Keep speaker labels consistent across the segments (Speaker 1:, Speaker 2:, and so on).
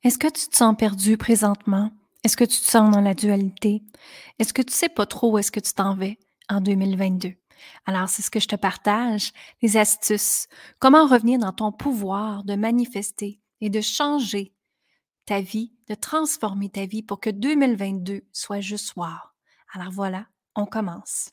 Speaker 1: Est-ce que tu te sens perdu présentement? Est-ce que tu te sens dans la dualité? Est-ce que tu sais pas trop où est-ce que tu t'en vas en 2022? Alors, c'est ce que je te partage, les astuces. Comment revenir dans ton pouvoir de manifester et de changer ta vie, de transformer ta vie pour que 2022 soit juste wow. Alors voilà, on commence.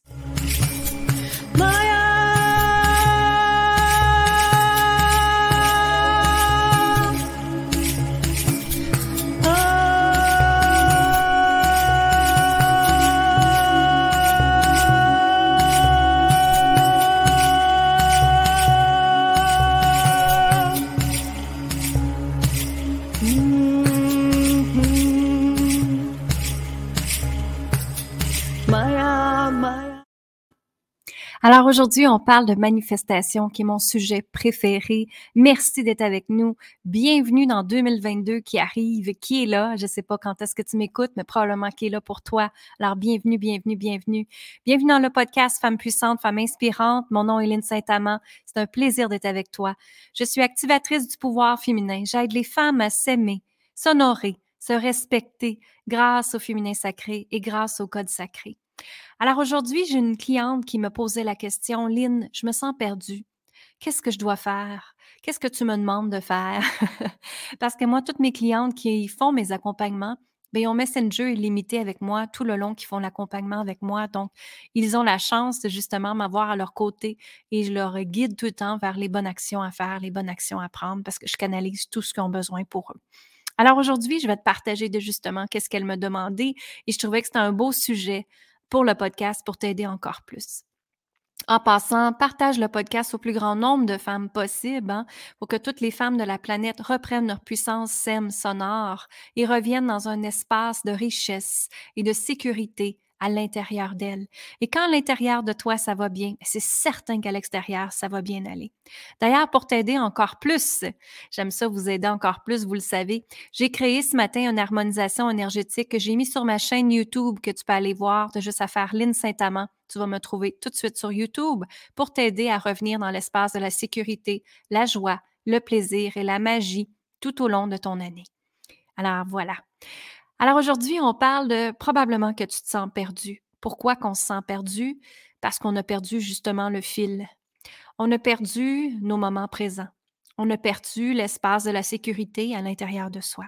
Speaker 1: Alors aujourd'hui, on parle de manifestation, qui est mon sujet préféré. Merci d'être avec nous. Bienvenue dans 2022 qui arrive, qui est là. Je ne sais pas quand est-ce que tu m'écoutes, mais probablement qui est là pour toi. Alors bienvenue, bienvenue, bienvenue. Bienvenue dans le podcast Femmes puissantes, Femmes inspirantes. Mon nom est Lynne Saint-Amand. C'est un plaisir d'être avec toi. Je suis activatrice du pouvoir féminin. J'aide les femmes à s'aimer, s'honorer, se respecter grâce au féminin sacré et grâce au code sacré. Alors aujourd'hui, j'ai une cliente qui me posait la question: Lynne, je me sens perdue. Qu'est-ce que je dois faire? Qu'est-ce que tu me demandes de faire? Parce que moi, toutes mes clientes qui font mes accompagnements, bien, ils ont Messenger illimité avec moi tout le long qu'ils font l'accompagnement avec moi. Donc, ils ont la chance de justement m'avoir à leur côté et je leur guide tout le temps vers les bonnes actions à faire, les bonnes actions à prendre parce que je canalise tout ce qu'ils ont besoin pour eux. Alors aujourd'hui, je vais te partager de justement qu'est-ce qu'elle m'a demandé et je trouvais que c'était un beau sujet pour le podcast pour t'aider encore plus. En passant, partage le podcast au plus grand nombre de femmes possible pour que toutes les femmes de la planète reprennent leur puissance SEM sonore et reviennent dans un espace de richesse et de sécurité à l'intérieur d'elles. Et quand à l'intérieur de toi, ça va bien, c'est certain qu'à l'extérieur, ça va bien aller. D'ailleurs, pour t'aider encore plus, j'aime ça vous aider encore plus, vous le savez, j'ai créé ce matin une harmonisation énergétique que j'ai mis sur ma chaîne YouTube que tu peux aller voir, de juste à faire Lynne Saint-Amand. Tu vas me trouver tout de suite sur YouTube pour t'aider à revenir dans l'espace de la sécurité, la joie, le plaisir et la magie tout au long de ton année. Alors voilà. Alors aujourd'hui, on parle de probablement que tu te sens perdu. Pourquoi qu'on se sent perdu? Parce qu'on a perdu justement le fil. On a perdu nos moments présents. On a perdu l'espace de la sécurité à l'intérieur de soi.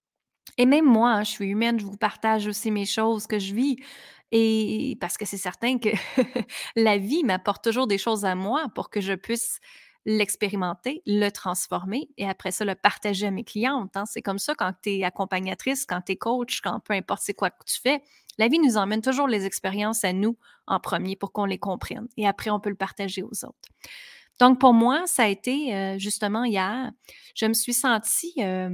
Speaker 1: Et même moi, je suis humaine, je vous partage aussi mes choses que je vis et parce que c'est certain que la vie m'apporte toujours des choses à moi pour que je puisse l'expérimenter, le transformer et après ça, le partager à mes clientes, hein. C'est comme ça quand tu es accompagnatrice, quand tu es coach, quand peu importe c'est quoi que tu fais, la vie nous emmène toujours les expériences à nous en premier pour qu'on les comprenne et après on peut le partager aux autres. Donc pour moi, ça a été, justement hier, je me suis sentie,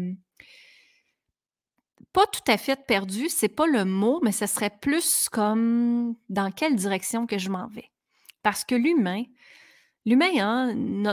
Speaker 1: pas tout à fait perdue, c'est pas le mot, mais ce serait plus comme dans quelle direction que je m'en vais. Parce que l'humain, hein,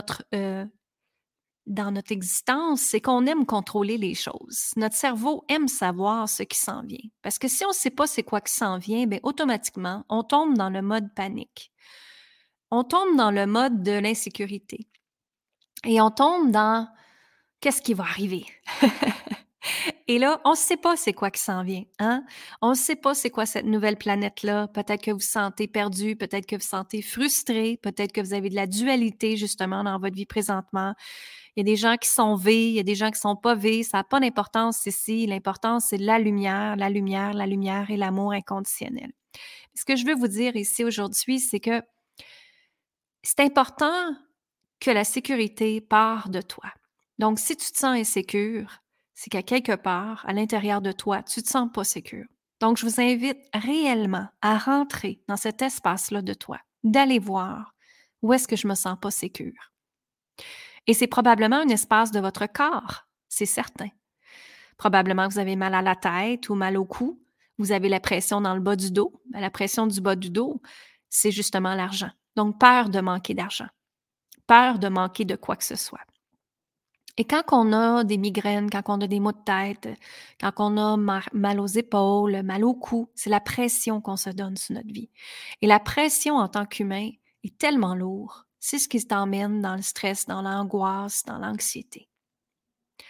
Speaker 1: dans notre existence, c'est qu'on aime contrôler les choses. Notre cerveau aime savoir ce qui s'en vient. Parce que si on ne sait pas c'est quoi qui s'en vient, bien, automatiquement, on tombe dans le mode panique. On tombe dans le mode de l'insécurité. Et on tombe dans qu'est-ce qui va arriver? Et là, on ne sait pas c'est quoi qui s'en vient, hein? On ne sait pas c'est quoi cette nouvelle planète-là. Peut-être que vous vous sentez perdu, peut-être que vous vous sentez frustré, peut-être que vous avez de la dualité justement dans votre vie présentement. Il y a des gens qui sont V, il y a des gens qui sont pas V. Ça n'a pas d'importance ici. L'importance, c'est la lumière, la lumière, la lumière et l'amour inconditionnel. Ce que je veux vous dire ici aujourd'hui, c'est que c'est important que la sécurité part de toi. Donc, si tu te sens insécure, c'est qu'à quelque part, à l'intérieur de toi, tu ne te sens pas sécure. Donc, je vous invite réellement à rentrer dans cet espace-là de toi, d'aller voir où est-ce que je me sens pas sécure. Et c'est probablement un espace de votre corps, c'est certain. Probablement que vous avez mal à la tête ou mal au cou, vous avez la pression dans le bas du dos. La pression du bas du dos, c'est justement l'argent. Donc, peur de manquer d'argent, peur de manquer de quoi que ce soit. Et quand on a des migraines, quand on a des maux de tête, quand on a mal aux épaules, mal au cou, c'est la pression qu'on se donne sur notre vie. Et la pression en tant qu'humain est tellement lourde. C'est ce qui t'emmène dans le stress, dans l'angoisse, dans l'anxiété.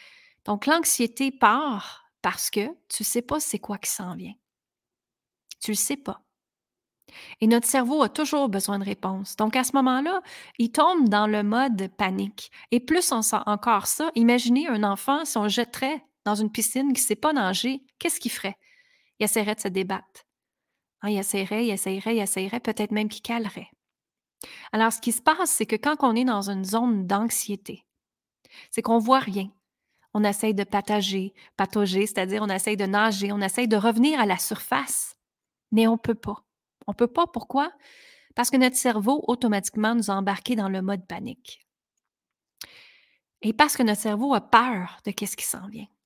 Speaker 1: Donc, l'anxiété part parce que tu ne sais pas c'est quoi qui s'en vient. Tu ne le sais pas. Et notre cerveau a toujours besoin de réponses. Donc, à ce moment-là, il tombe dans le mode panique. Et plus on sent encore ça, imaginez un enfant, si on le jetterait dans une piscine qui ne sait pas nager, qu'est-ce qu'il ferait? Il essaierait de se débattre. Hein, il essaierait, peut-être même qu'il calerait. Alors, ce qui se passe, c'est que quand on est dans une zone d'anxiété, c'est qu'on voit rien. On essaye de patauger, c'est-à-dire on essaye de nager, on essaye de revenir à la surface, mais on ne peut pas. On ne peut pas, pourquoi? Parce que notre cerveau, automatiquement, nous a embarqués dans le mode panique. Et parce que notre cerveau a peur de ce qui s'en vient.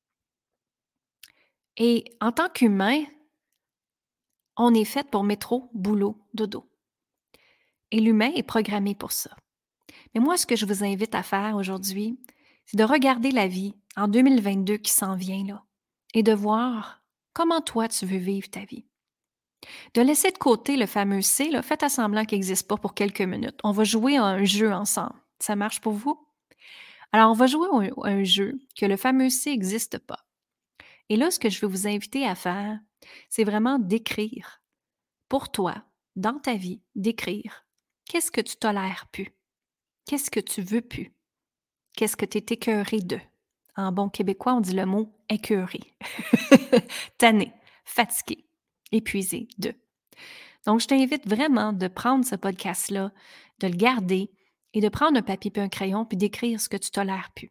Speaker 1: Et en tant qu'humain, on est fait pour métro, boulot, dodo. Et l'humain est programmé pour ça. Mais moi, ce que je vous invite à faire aujourd'hui, c'est de regarder la vie en 2022 qui s'en vient là et de voir comment toi tu veux vivre ta vie. De laisser de côté le fameux C, là, faites à semblant qu'il n'existe pas pour quelques minutes. On va jouer à un jeu ensemble. Ça marche pour vous? Alors, on va jouer à un jeu que le fameux C n'existe pas. Et là, ce que je veux vous inviter à faire, c'est vraiment d'écrire pour toi, dans ta vie, d'écrire qu'est-ce que tu tolères plus, qu'est-ce que tu veux plus, qu'est-ce que tu es écœuré de. En bon québécois, on dit le mot écœuré. Tanné, fatigué, épuisé de. Donc, je t'invite vraiment de prendre ce podcast-là, de le garder et de prendre un papier et un crayon puis d'écrire ce que tu tolères plus.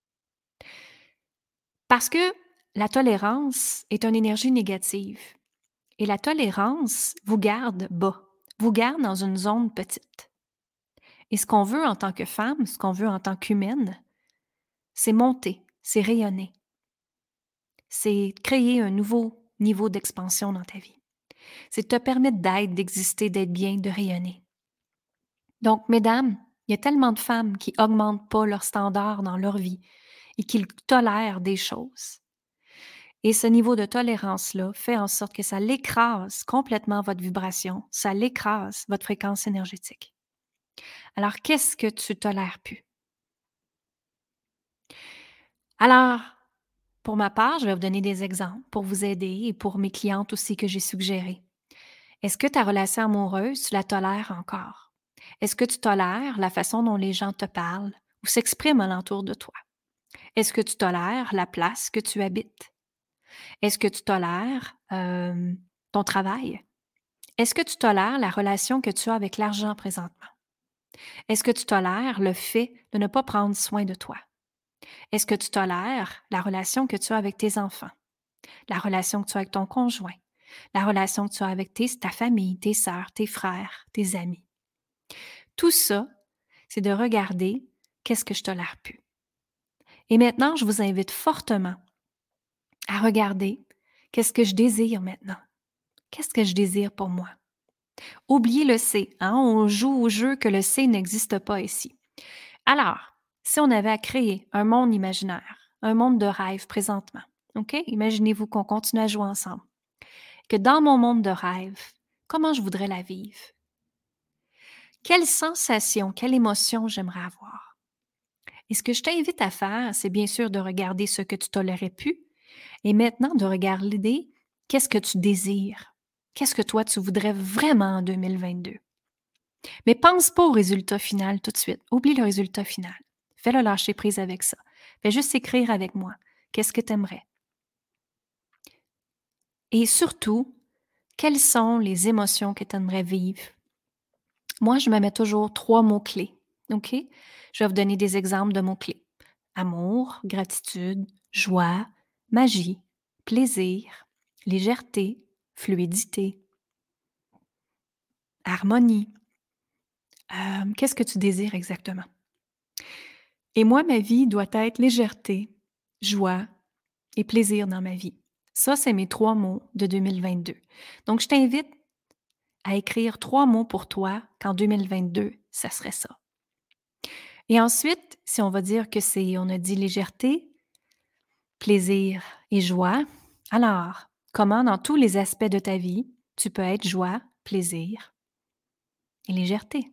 Speaker 1: Parce que la tolérance est une énergie négative et la tolérance vous garde bas, vous garde dans une zone petite. Et ce qu'on veut en tant que femme, ce qu'on veut en tant qu'humaine, c'est monter, c'est rayonner, c'est créer un nouveau niveau d'expansion dans ta vie. C'est te permettre d'être, d'exister, d'être bien, de rayonner. Donc, mesdames, il y a tellement de femmes qui n'augmentent pas leurs standards dans leur vie et qui tolèrent des choses. Et ce niveau de tolérance-là fait en sorte que ça l'écrase complètement votre vibration, ça l'écrase votre fréquence énergétique. Alors, qu'est-ce que tu tolères plus? Alors, pour ma part, je vais vous donner des exemples pour vous aider et pour mes clientes aussi que j'ai suggérées. Est-ce que ta relation amoureuse, tu la tolères encore? Est-ce que tu tolères la façon dont les gens te parlent ou s'expriment alentour de toi? Est-ce que tu tolères la place que tu habites? Est-ce que tu tolères ton travail? Est-ce que tu tolères la relation que tu as avec l'argent présentement? Est-ce que tu tolères le fait de ne pas prendre soin de toi? Est-ce que tu tolères la relation que tu as avec tes enfants? La relation que tu as avec ton conjoint? La relation que tu as avec ta famille, tes sœurs, tes frères, tes amis? Tout ça, c'est de regarder qu'est-ce que je tolère plus. Et maintenant, je vous invite fortement à regarder qu'est-ce que je désire maintenant. Qu'est-ce que je désire pour moi? Oubliez le C, hein? On joue au jeu que le C n'existe pas ici. Alors, si on avait à créer un monde imaginaire, un monde de rêve présentement, OK? Imaginez-vous qu'on continue à jouer ensemble. Que dans mon monde de rêve, comment je voudrais la vivre? Quelle sensation, quelle émotion j'aimerais avoir? Et ce que je t'invite à faire, c'est bien sûr de regarder ce que tu tolérais plus et maintenant de regarder qu'est-ce que tu désires. Qu'est-ce que toi, tu voudrais vraiment en 2022? Mais pense pas au résultat final tout de suite. Oublie le résultat final. Fais le lâcher prise avec ça. Fais juste écrire avec moi. Qu'est-ce que tu aimerais? Et surtout, quelles sont les émotions que tu aimerais vivre? Moi, je me mets toujours 3 mots-clés. OK? Je vais vous donner des exemples de mots-clés. Amour, gratitude, joie, magie, plaisir, légèreté, fluidité, harmonie. Qu'est-ce que tu désires exactement? Et moi, ma vie doit être légèreté, joie et plaisir dans ma vie. Ça, c'est mes 3 mots de 2022. Donc, je t'invite à écrire 3 mots pour toi qu'en 2022, ça serait ça. Et ensuite, si on va dire que on a dit légèreté, plaisir et joie, alors, comment dans tous les aspects de ta vie, tu peux être joie, plaisir et légèreté?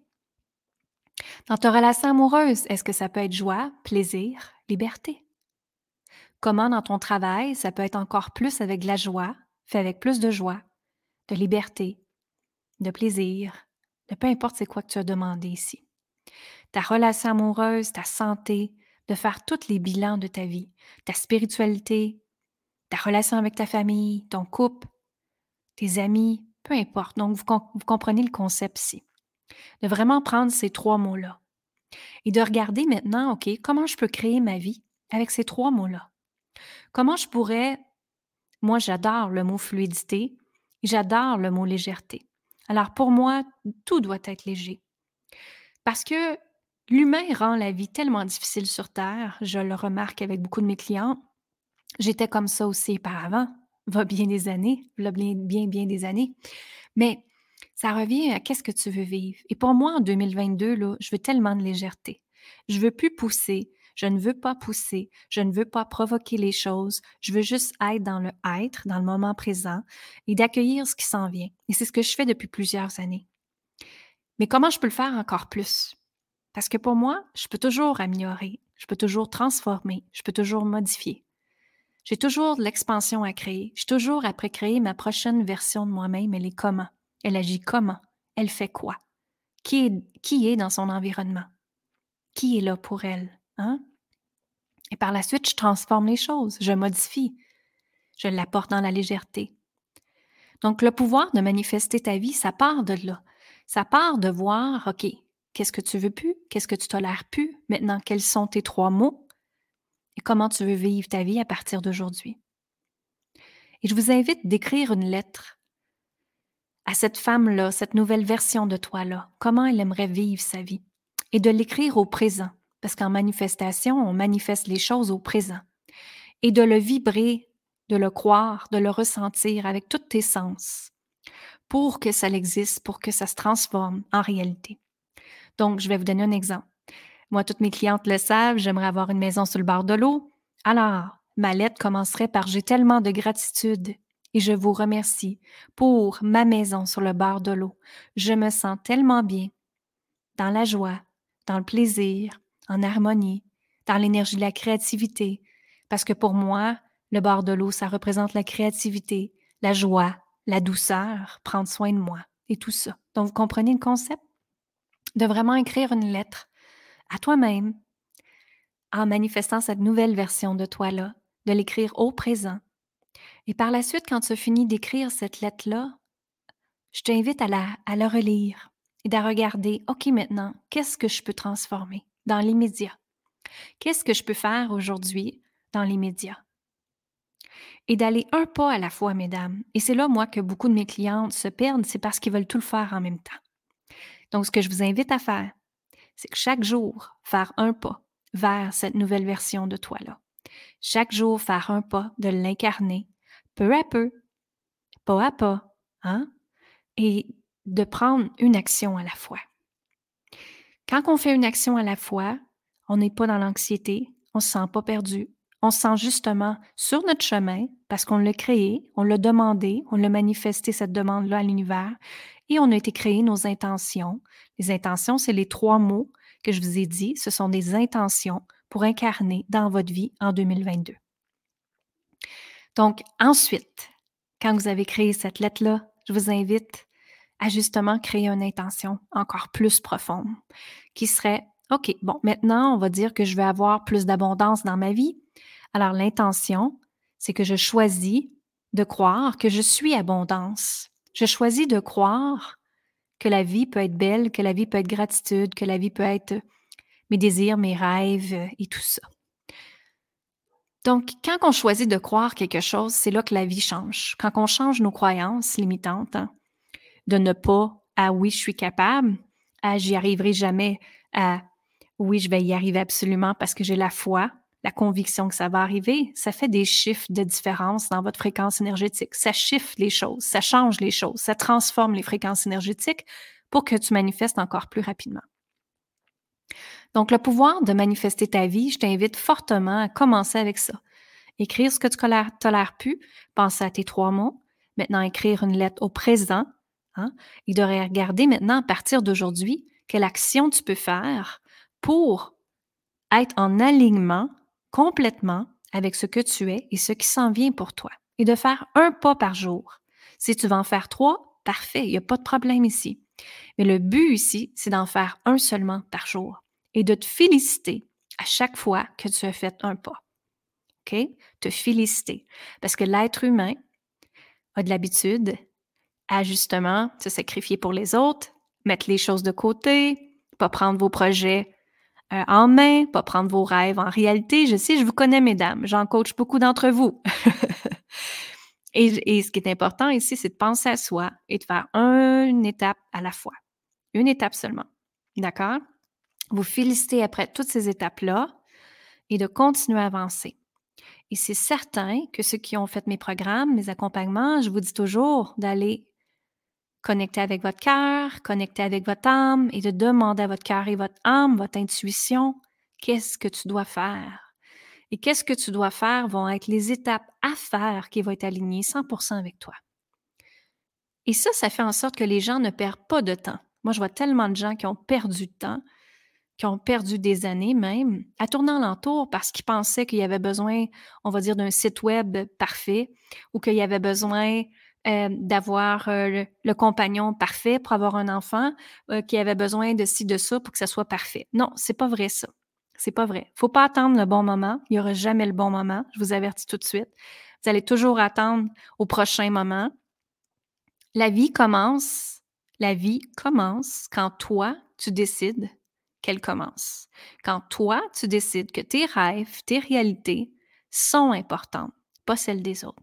Speaker 1: Dans ta relation amoureuse, est-ce que ça peut être joie, plaisir, liberté? Comment dans ton travail, ça peut être encore plus avec de la joie, fait avec plus de joie, de liberté, de plaisir, de peu importe c'est quoi que tu as demandé ici. Ta relation amoureuse, ta santé, de faire tous les bilans de ta vie, ta spiritualité, ta relation avec ta famille, ton couple, tes amis, peu importe. Donc, vous comprenez le concept ici. De vraiment prendre ces 3 mots-là et de regarder maintenant, OK, comment je peux créer ma vie avec ces 3 mots-là? Comment je pourrais moi, j'adore le mot fluidité, j'adore le mot légèreté. Alors pour moi, tout doit être léger parce que l'humain rend la vie tellement difficile sur terre, je le remarque avec beaucoup de mes clients. J'étais comme ça aussi auparavant, va bien des années, v'là bien des années. Mais ça revient à qu'est-ce que tu veux vivre. Et pour moi, en 2022, là, je veux tellement de légèreté. Je veux plus pousser. Je ne veux pas pousser. Je ne veux pas provoquer les choses. Je veux juste être dans le être, dans le moment présent et d'accueillir ce qui s'en vient. Et c'est ce que je fais depuis plusieurs années. Mais comment je peux le faire encore plus? Parce que pour moi, je peux toujours améliorer. Je peux toujours transformer. Je peux toujours modifier. J'ai toujours de l'expansion à créer. Je suis toujours après créer ma prochaine version de moi-même. Elle est comment? Elle agit comment? Elle fait quoi? Qui est dans son environnement? Qui est là pour elle? Hein? Et par la suite, je transforme les choses, je modifie, je l'apporte dans la légèreté. Donc, le pouvoir de manifester ta vie, ça part de là. Ça part de voir, OK, qu'est-ce que tu veux plus? Qu'est-ce que tu tolères plus? Maintenant, quels sont tes 3 mots? Et comment tu veux vivre ta vie à partir d'aujourd'hui? Et je vous invite d'écrire une lettre à cette femme-là, cette nouvelle version de toi-là, comment elle aimerait vivre sa vie, et de l'écrire au présent, parce qu'en manifestation, on manifeste les choses au présent, et de le vibrer, de le croire, de le ressentir avec tous tes sens, pour que ça existe, pour que ça se transforme en réalité. Donc, je vais vous donner un exemple. Moi, toutes mes clientes le savent, j'aimerais avoir une maison sur le bord de l'eau. Alors, ma lettre commencerait par j'ai tellement de gratitude et je vous remercie pour ma maison sur le bord de l'eau. Je me sens tellement bien, dans la joie, dans le plaisir, en harmonie, dans l'énergie de la créativité. Parce que pour moi, le bord de l'eau, ça représente la créativité, la joie, la douceur, prendre soin de moi et tout ça. Donc, vous comprenez le concept? De vraiment écrire une lettre à toi-même, en manifestant cette nouvelle version de toi-là, de l'écrire au présent. Et par la suite, quand tu as fini d'écrire cette lettre-là, je t'invite à la relire et à regarder, OK, maintenant, qu'est-ce que je peux transformer dans l'immédiat? Qu'est-ce que je peux faire aujourd'hui dans l'immédiat? Et d'aller un pas à la fois, mesdames. Et c'est là, moi, que beaucoup de mes clientes se perdent, c'est parce qu'ils veulent tout le faire en même temps. Donc, ce que je vous invite à faire, c'est que chaque jour, faire un pas vers cette nouvelle version de toi-là. Chaque jour, faire un pas, de l'incarner, peu à peu, pas à pas, hein? Et de prendre une action à la fois. Quand on fait une action à la fois, on n'est pas dans l'anxiété, on ne se sent pas perdu, on se sent justement sur notre chemin parce qu'on l'a créé, on l'a demandé, on l'a manifesté cette demande-là à l'univers et on a été créer nos intentions. Les intentions, c'est les 3 mots que je vous ai dit, ce sont des intentions pour incarner dans votre vie en 2022. Donc, ensuite, quand vous avez créé cette lettre-là, je vous invite à justement créer une intention encore plus profonde qui serait, OK, bon, maintenant, on va dire que je vais avoir plus d'abondance dans ma vie. Alors, l'intention, c'est que je choisis de croire que je suis abondance. Je choisis de croire que la vie peut être belle, que la vie peut être gratitude, que la vie peut être mes désirs, mes rêves et tout ça. Donc, quand on choisit de croire quelque chose, c'est là que la vie change. Quand on change nos croyances limitantes, hein, de ne pas à oui, je suis capable, à j'y arriverai jamais, à oui, je vais y arriver absolument parce que j'ai la foi, la conviction que ça va arriver, ça fait des chiffres de différence dans votre fréquence énergétique. Ça chiffre les choses, ça change les choses, ça transforme les fréquences énergétiques pour que tu manifestes encore plus rapidement. Donc, le pouvoir de manifester ta vie, je t'invite fortement à commencer avec ça. Écrire ce que tu tolères plus, penser à tes 3 mots, maintenant écrire une lettre au présent, hein, et de regarder maintenant à partir d'aujourd'hui quelle action tu peux faire pour être en alignement complètement avec ce que tu es et ce qui s'en vient pour toi et de faire un pas par jour. Si tu vas en faire 3, parfait, il n'y a pas de problème ici. Mais le but ici, c'est d'en faire un seulement par jour et de te féliciter à chaque fois que tu as fait un pas. OK? Te féliciter. Parce que l'être humain a de l'habitude à justement se sacrifier pour les autres, mettre les choses de côté, pas prendre vos projets en main, pas prendre vos rêves en réalité. Je sais, je vous connais, mesdames. J'en coach beaucoup d'entre vous. Et ce qui est important ici, c'est de penser à soi et de faire une étape à la fois. Une étape seulement. D'accord? Vous félicitez après toutes ces étapes-là et de continuer à avancer. Et c'est certain que ceux qui ont fait mes programmes, mes accompagnements, je vous dis toujours d'aller connecter avec votre cœur, connecter avec votre âme et de demander à votre cœur et votre âme, votre intuition, qu'est-ce que tu dois faire? Et qu'est-ce que tu dois faire vont être les étapes à faire qui vont être alignées 100% avec toi. Et ça fait en sorte que les gens ne perdent pas de temps. Moi, je vois tellement de gens qui ont perdu de temps, qui ont perdu des années même, à tourner alentour parce qu'ils pensaient qu'il y avait besoin, on va dire, d'un site web parfait ou qu'il y avait besoin d'avoir le compagnon parfait pour avoir un enfant, qu'il y avait besoin de ci, de ça pour que ça soit parfait. Non, c'est pas vrai ça. C'est pas vrai. Faut pas attendre le bon moment. Il y aura jamais le bon moment. Je vous avertis tout de suite. Vous allez toujours attendre au prochain moment. La vie commence quand toi, tu décides qu'elle commence. Quand toi, tu décides que tes rêves, tes réalités sont importantes, pas celles des autres.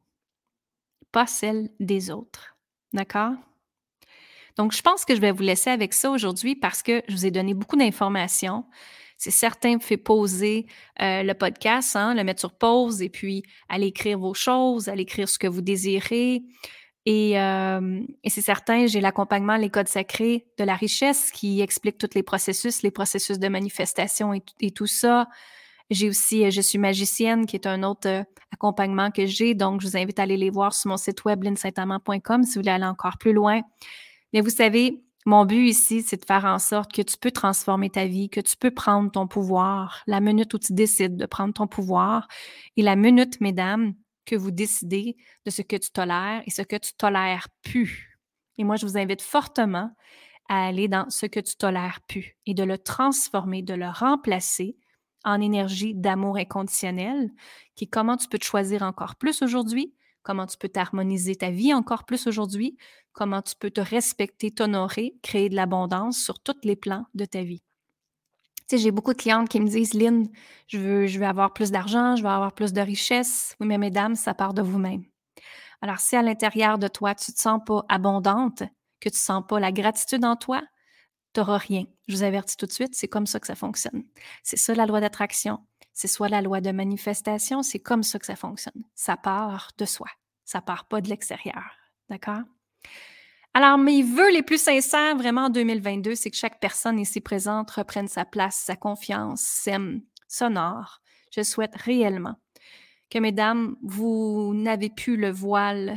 Speaker 1: Pas celles des autres. D'accord? Donc, je pense que je vais vous laisser avec ça aujourd'hui parce que je vous ai donné beaucoup d'informations. C'est certain, fait pauser le podcast, le mettre sur pause et puis aller écrire vos choses, aller écrire ce que vous désirez. Et c'est certain, j'ai l'accompagnement Les Codes sacrés de la richesse qui explique tous les processus de manifestation et tout ça. J'ai aussi Je suis magicienne, qui est un autre accompagnement que j'ai. Donc, je vous invite à aller les voir sur mon site web linsaintamant.com si vous voulez aller encore plus loin. Mais vous savez, mon but ici, c'est de faire en sorte que tu peux transformer ta vie, que tu peux prendre ton pouvoir, la minute où tu décides de prendre ton pouvoir et la minute, mesdames, que vous décidez de ce que tu tolères et ce que tu tolères plus. Et moi, je vous invite fortement à aller dans ce que tu tolères plus et de le transformer, de le remplacer en énergie d'amour inconditionnel, qui est comment tu peux te choisir encore plus aujourd'hui, comment tu peux t'harmoniser ta vie encore plus aujourd'hui, comment tu peux te respecter, t'honorer, créer de l'abondance sur tous les plans de ta vie. Tu sais, j'ai beaucoup de clientes qui me disent, Lynn, je veux avoir plus d'argent, je veux avoir plus de richesse. Oui, mais mesdames, ça part de vous-même. Alors, si à l'intérieur de toi, tu ne te sens pas abondante, que tu ne sens pas la gratitude en toi, tu n'auras rien. Je vous avertis tout de suite, c'est comme ça que ça fonctionne. C'est ça la loi d'attraction. C'est soit la loi de manifestation, c'est comme ça que ça fonctionne. Ça part de soi. Ça part pas de l'extérieur. D'accord? Alors, mes vœux les plus sincères, vraiment en 2022, c'est que chaque personne ici présente reprenne sa place, sa confiance, s'aime, s'honore. Je souhaite réellement que, mesdames, vous n'avez plus le voile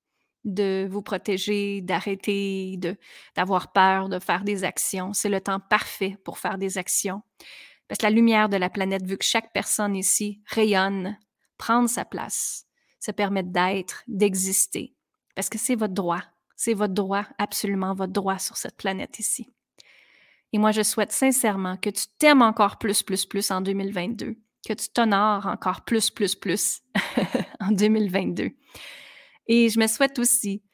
Speaker 1: de vous protéger, d'arrêter d'avoir peur de faire des actions. C'est le temps parfait pour faire des actions. Parce que la lumière de la planète, vu que chaque personne ici rayonne, prendre sa place, se permettre d'être, d'exister. Parce que c'est votre droit. C'est votre droit, absolument votre droit sur cette planète ici. Et moi, je souhaite sincèrement que tu t'aimes encore plus en 2022, que tu t'honores encore plus en 2022. Et je me souhaite aussi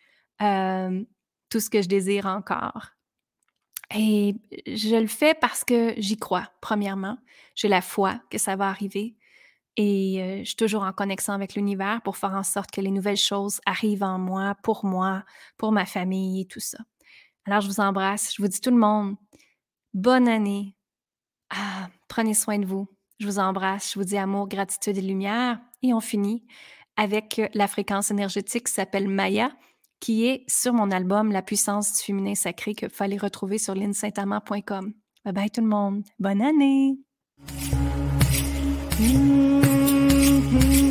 Speaker 1: tout ce que je désire encore. Et je le fais parce que j'y crois, premièrement. J'ai la foi que ça va arriver. Et je suis toujours en connexion avec l'univers pour faire en sorte que les nouvelles choses arrivent en moi, pour ma famille et tout ça. Alors, je vous embrasse. Je vous dis tout le monde, bonne année. Prenez soin de vous. Je vous embrasse. Je vous dis amour, gratitude et lumière. Et on finit avec la fréquence énergétique qui s'appelle Maya, qui est sur mon album La puissance du féminin sacré que vous allez retrouver sur linsaintamant.com. Bye bye tout le monde. Bonne année!